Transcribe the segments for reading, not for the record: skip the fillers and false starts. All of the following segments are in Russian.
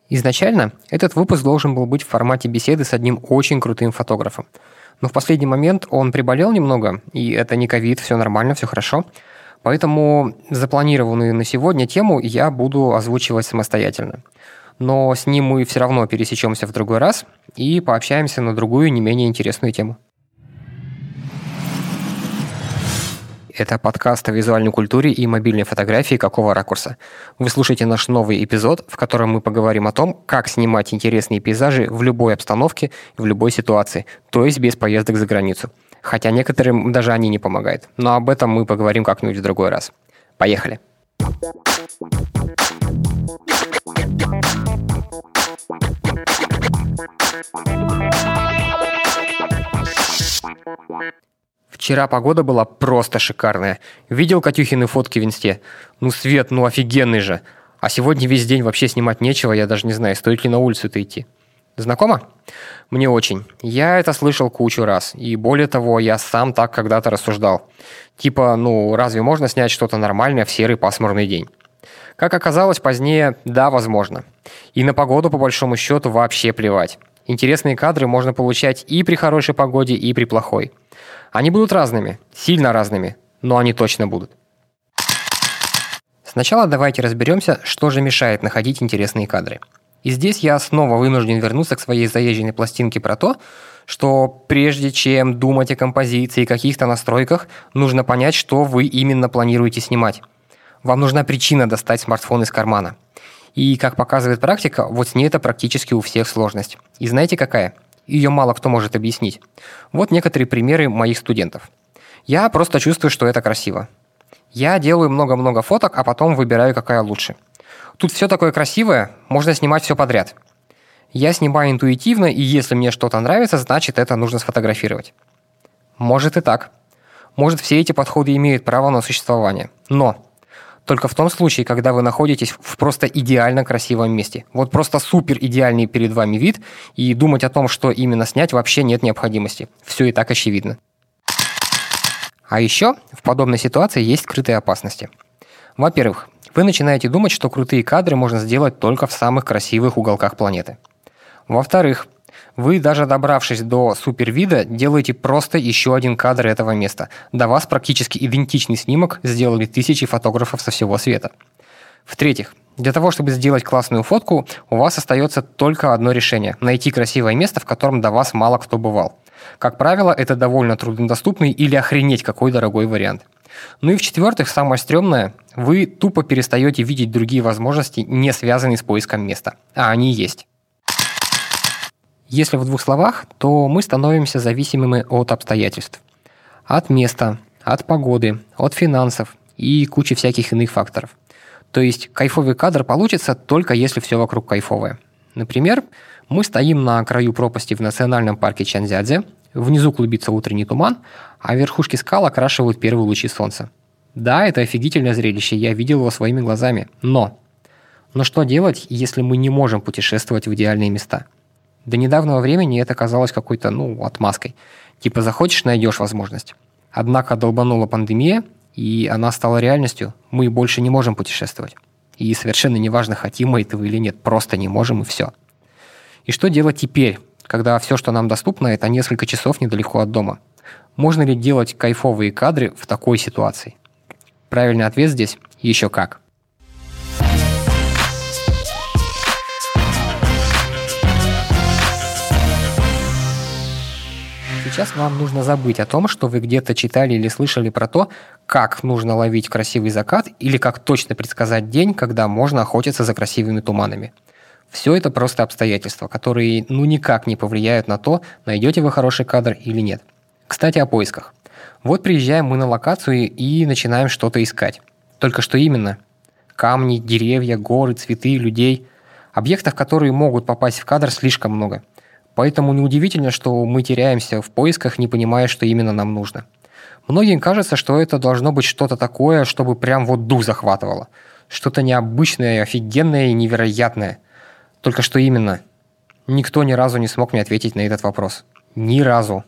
Изначально этот выпуск должен был быть в формате беседы с одним очень крутым фотографом. Но в последний момент он приболел немного, и это не ковид, все нормально, все хорошо. Поэтому запланированную на сегодня тему я буду озвучивать самостоятельно. Но с ним мы все равно пересечемся в другой раз и пообщаемся на другую, не менее интересную тему. Это подкаст о визуальной культуре и мобильной фотографии «Какого ракурса?». Вы слушаете наш новый эпизод, в котором мы поговорим о том, как снимать интересные пейзажи в любой обстановке, в любой ситуации, то есть без поездок за границу. Хотя некоторым даже они не помогают. Но об этом мы поговорим как-нибудь в другой раз. Поехали! Вчера погода была просто шикарная. Видел Катюхины фотки в инсте? Свет, офигенный же. А сегодня весь день вообще снимать нечего, я даже не знаю, стоит ли на улицу-то идти. Знакомо? Мне очень. Я это слышал кучу раз. И более того, я сам так когда-то рассуждал. Разве можно снять что-то нормальное в серый пасмурный день? Как оказалось позднее, да, возможно. И на погоду, по большому счету, вообще плевать. Интересные кадры можно получать и при хорошей погоде, и при плохой. Они будут разными, сильно разными, но они точно будут. Сначала давайте разберемся, что же мешает находить интересные кадры. И здесь я снова вынужден вернуться к своей заезженной пластинке про то, что прежде чем думать о композиции и каких-то настройках, нужно понять, что вы именно планируете снимать. Вам нужна причина достать смартфон из кармана. И, как показывает практика, вот с ней это практически у всех сложность. И знаете какая? Ее мало кто может объяснить. Вот некоторые примеры моих студентов. Я просто чувствую, что это красиво. Я делаю много-много фоток, а потом выбираю, какая лучше. Тут все такое красивое, можно снимать все подряд. Я снимаю интуитивно, и если мне что-то нравится, значит, это нужно сфотографировать. Может и так. Может, все эти подходы имеют право на существование. Но только в том случае, когда вы находитесь в просто идеально красивом месте. Вот просто супер идеальный перед вами вид, и думать о том, что именно снять, вообще нет необходимости. Все и так очевидно. А еще в подобной ситуации есть скрытые опасности. Во-первых, вы начинаете думать, что крутые кадры можно сделать только в самых красивых уголках планеты. Во-вторых, вы, даже добравшись до супервида, делаете просто еще один кадр этого места. До вас практически идентичный снимок сделали тысячи фотографов со всего света. В-третьих, для того, чтобы сделать классную фотку, у вас остается только одно решение – найти красивое место, в котором до вас мало кто бывал. Как правило, это довольно труднодоступный или охренеть какой дорогой вариант. И в-четвертых, самое стрёмное – вы тупо перестаете видеть другие возможности, не связанные с поиском места. А они есть. Если в двух словах, то мы становимся зависимыми от обстоятельств. От места, от погоды, от финансов и кучи всяких иных факторов. То есть кайфовый кадр получится только если все вокруг кайфовое. Например, мы стоим на краю пропасти в национальном парке Чанцзядзе, внизу клубится утренний туман, а верхушки скал окрашивают первые лучи солнца. Да, это офигительное зрелище, я видел его своими глазами. Но что делать, если мы не можем путешествовать в идеальные места? До недавнего времени это казалось какой-то, отмазкой. Типа захочешь, найдешь возможность. Однако долбанула пандемия, и она стала реальностью. Мы больше не можем путешествовать. И совершенно неважно, хотим мы этого или нет, просто не можем, и все. И что делать теперь, когда все, что нам доступно, это несколько часов недалеко от дома? Можно ли делать кайфовые кадры в такой ситуации? Правильный ответ здесь – еще как. Сейчас вам нужно забыть о том, что вы где-то читали или слышали про то, как нужно ловить красивый закат или как точно предсказать день, когда можно охотиться за красивыми туманами. Все это просто обстоятельства, которые никак не повлияют на то, найдете вы хороший кадр или нет. Кстати, о поисках. Вот приезжаем мы на локацию и начинаем что-то искать. Только что именно? Камни, деревья, горы, цветы, людей. Объектов, которые могут попасть в кадр, слишком много. Поэтому неудивительно, что мы теряемся в поисках, не понимая, что именно нам нужно. Многим кажется, что это должно быть что-то такое, чтобы прям дух захватывало. Что-то необычное, офигенное и невероятное. Только что именно? Никто ни разу не смог мне ответить на этот вопрос. Ни разу.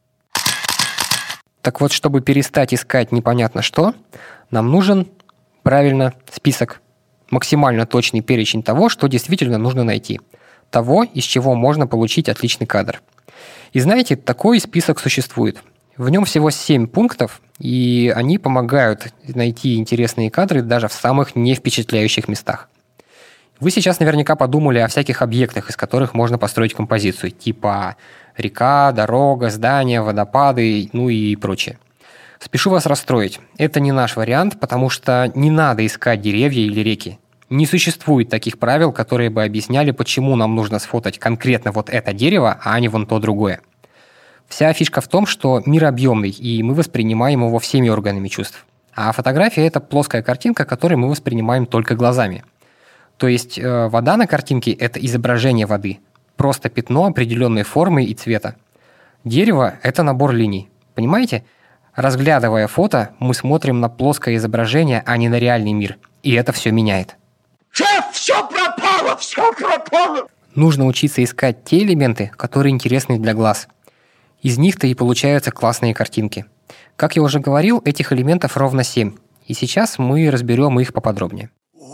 Так вот, чтобы перестать искать непонятно что, нам нужен, правильно, список. Максимально точный перечень того, что действительно нужно найти. Того, из чего можно получить отличный кадр. И знаете, такой список существует. В нем всего 7 пунктов, и они помогают найти интересные кадры даже в самых невпечатляющих местах. Вы сейчас наверняка подумали о всяких объектах, из которых можно построить композицию, типа река, дорога, здания, водопады, ну и прочее. Спешу вас расстроить. Это не наш вариант, потому что не надо искать деревья или реки. Не существует таких правил, которые бы объясняли, почему нам нужно сфотать конкретно вот это дерево, а не вон то другое. Вся фишка в том, что мир объемный, и мы воспринимаем его всеми органами чувств. А фотография – это плоская картинка, которую мы воспринимаем только глазами. То есть вода на картинке – это изображение воды, просто пятно определенной формы и цвета. Дерево – это набор линий. Понимаете? Разглядывая фото, мы смотрим на плоское изображение, а не на реальный мир. И это все меняет. Шеф, все пропало, все пропало! Нужно учиться искать те элементы, которые интересны для глаз. Из них-то и получаются классные картинки. Как я уже говорил, этих элементов ровно 7. И сейчас мы разберем их поподробнее.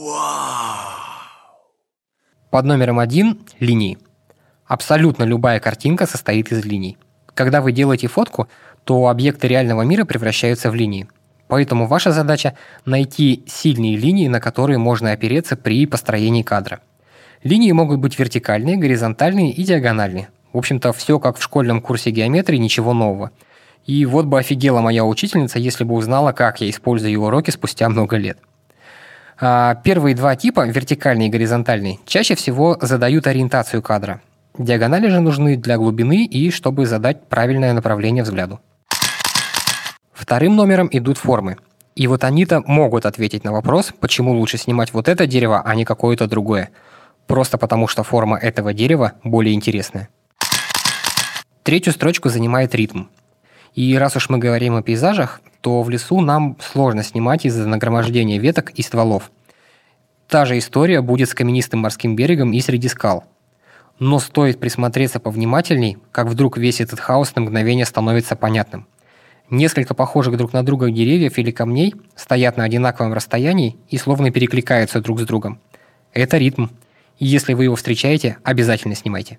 Под номером 1 – линии. Абсолютно любая картинка состоит из линий. Когда вы делаете фотку, то объекты реального мира превращаются в линии. Поэтому ваша задача – найти сильные линии, на которые можно опереться при построении кадра. Линии могут быть вертикальные, горизонтальные и диагональные. В общем-то, все как в школьном курсе геометрии, ничего нового. И вот бы офигела моя учительница, если бы узнала, как я использую ее уроки спустя много лет. Первые два типа, вертикальный и горизонтальный, чаще всего задают ориентацию кадра. Диагонали же нужны для глубины и чтобы задать правильное направление взгляду. Вторым номером идут формы. И вот они-то могут ответить на вопрос, почему лучше снимать вот это дерево, а не какое-то другое. Просто потому, что форма этого дерева более интересная. Третью строчку занимает ритм. И раз уж мы говорим о пейзажах, то в лесу нам сложно снимать из-за нагромождения веток и стволов. Та же история будет с каменистым морским берегом и среди скал. Но стоит присмотреться повнимательней, как вдруг весь этот хаос на мгновение становится понятным. Несколько похожих друг на друга деревьев или камней стоят на одинаковом расстоянии и словно перекликаются друг с другом. Это ритм. И если вы его встречаете, обязательно снимайте.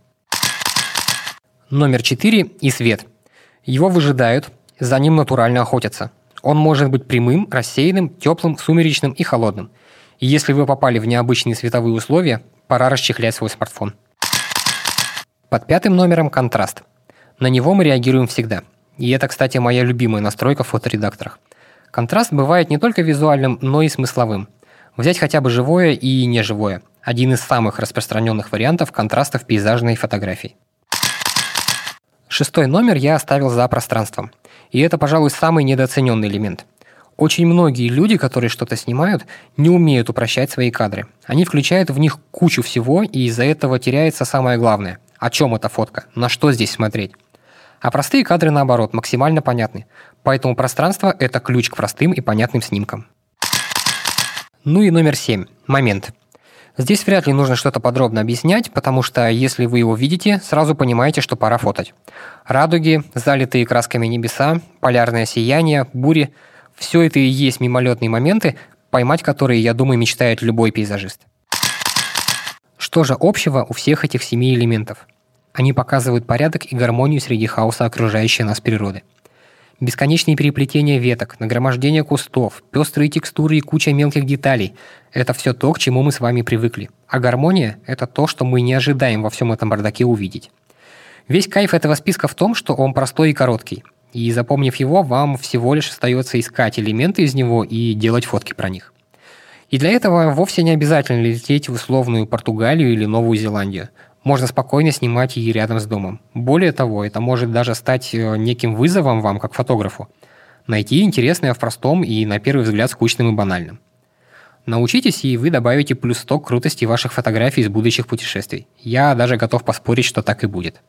Номер 4 и свет. Его выжидают, за ним натурально охотятся. Он может быть прямым, рассеянным, теплым, сумеречным и холодным. И если вы попали в необычные световые условия, пора расчехлять свой смартфон. Под 5 номером контраст. На него мы реагируем всегда. И это, кстати, моя любимая настройка в фоторедакторах. Контраст бывает не только визуальным, но и смысловым. Взять хотя бы живое и неживое. Один из самых распространенных вариантов контраста в пейзажной фотографии. 6 номер я оставил за пространством. И это, пожалуй, самый недооцененный элемент. Очень многие люди, которые что-то снимают, не умеют упрощать свои кадры. Они включают в них кучу всего, и из-за этого теряется самое главное. О чем эта фотка? На что здесь смотреть? А простые кадры, наоборот, максимально понятны. Поэтому пространство – это ключ к простым и понятным снимкам. Ну и номер 7. Момент. Здесь вряд ли нужно что-то подробно объяснять, потому что если вы его видите, сразу понимаете, что пора фотать. Радуги, залитые красками небеса, полярное сияние, бури – все это и есть мимолетные моменты, поймать которые, я думаю, мечтает любой пейзажист. Что же общего у всех этих 7 элементов? Они показывают порядок и гармонию среди хаоса окружающей нас природы. Бесконечные переплетения веток, нагромождение кустов, пестрые текстуры и куча мелких деталей – это все то, к чему мы с вами привыкли. А гармония – это то, что мы не ожидаем во всем этом бардаке увидеть. Весь кайф этого списка в том, что он простой и короткий. И запомнив его, вам всего лишь остается искать элементы из него и делать фотки про них. И для этого вовсе не обязательно лететь в условную Португалию или Новую Зеландию. Можно спокойно снимать и рядом с домом. Более того, это может даже стать неким вызовом вам, как фотографу. Найти интересное в простом и, на первый взгляд, скучным и банальным. Научитесь, и вы добавите плюс 100 к крутости ваших фотографий из будущих путешествий. Я даже готов поспорить, что так и будет.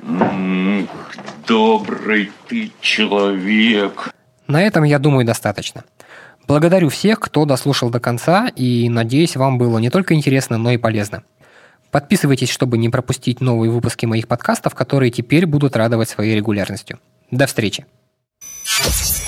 Добрый ты человек. На этом, я думаю, достаточно. Благодарю всех, кто дослушал до конца, и надеюсь, вам было не только интересно, но и полезно. Подписывайтесь, чтобы не пропустить новые выпуски моих подкастов, которые теперь будут радовать своей регулярностью. До встречи!